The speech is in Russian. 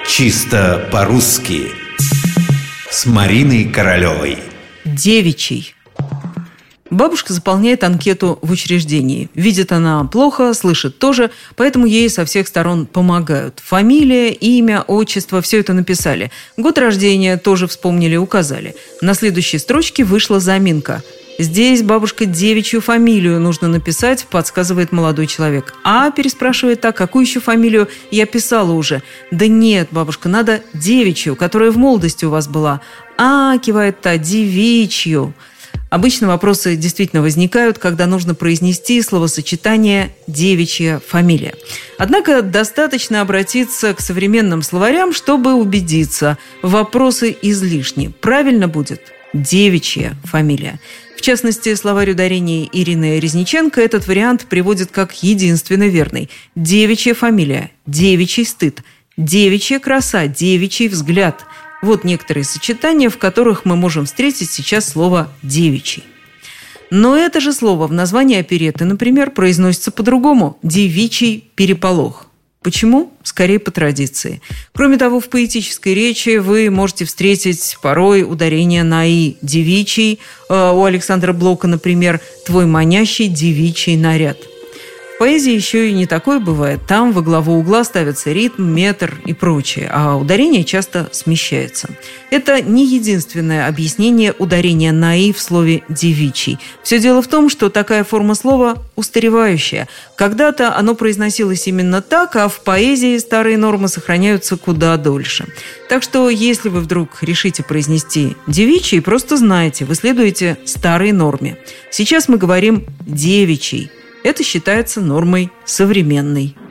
Чисто по-русски с Мариной Королевой. Девичий. Бабушка заполняет анкету в учреждении. Видит она плохо, слышит тоже, поэтому ей со всех сторон помогают. Фамилия, имя, отчество – все это написали. Год рождения тоже вспомнили, указали. На следующей строчке вышла заминка. Здесь, бабушка, девичью фамилию нужно написать, подсказывает молодой человек. А, переспрашивает так, какую еще фамилию? Я писала уже. Да нет, бабушка, надо девичью, которая в молодости у вас была. А, кивает та, девичью. Обычно вопросы действительно возникают, когда нужно произнести словосочетание «девичья фамилия». Однако достаточно обратиться к современным словарям, чтобы убедиться, вопросы излишни. Правильно будет «девичья фамилия». В частности, словарь ударений Ирины Резниченко этот вариант приводит как единственно верный. Девичья фамилия, девичий стыд, девичья краса, девичий взгляд. Вот некоторые сочетания, в которых мы можем встретить сейчас слово «девичий». Но это же слово в названии оперетты, например, произносится по-другому – «девичий переполох». Почему? Скорее по традиции. Кроме того, в поэтической речи вы можете встретить порой ударение на «и». Девичий, у Александра Блока, например, «твой манящий девичий наряд». В поэзии еще и не такое бывает. Там во главу угла ставится ритм, метр и прочее, а ударение часто смещается. Это не единственное объяснение ударения на «и» в слове «девичий». Все дело в том, что такая форма слова устаревающая. Когда-то оно произносилось именно так, а в поэзии старые нормы сохраняются куда дольше. Так что, если вы вдруг решите произнести «девичий», просто знайте, вы следуете старой норме. Сейчас мы говорим «девичий». Это считается нормой современной.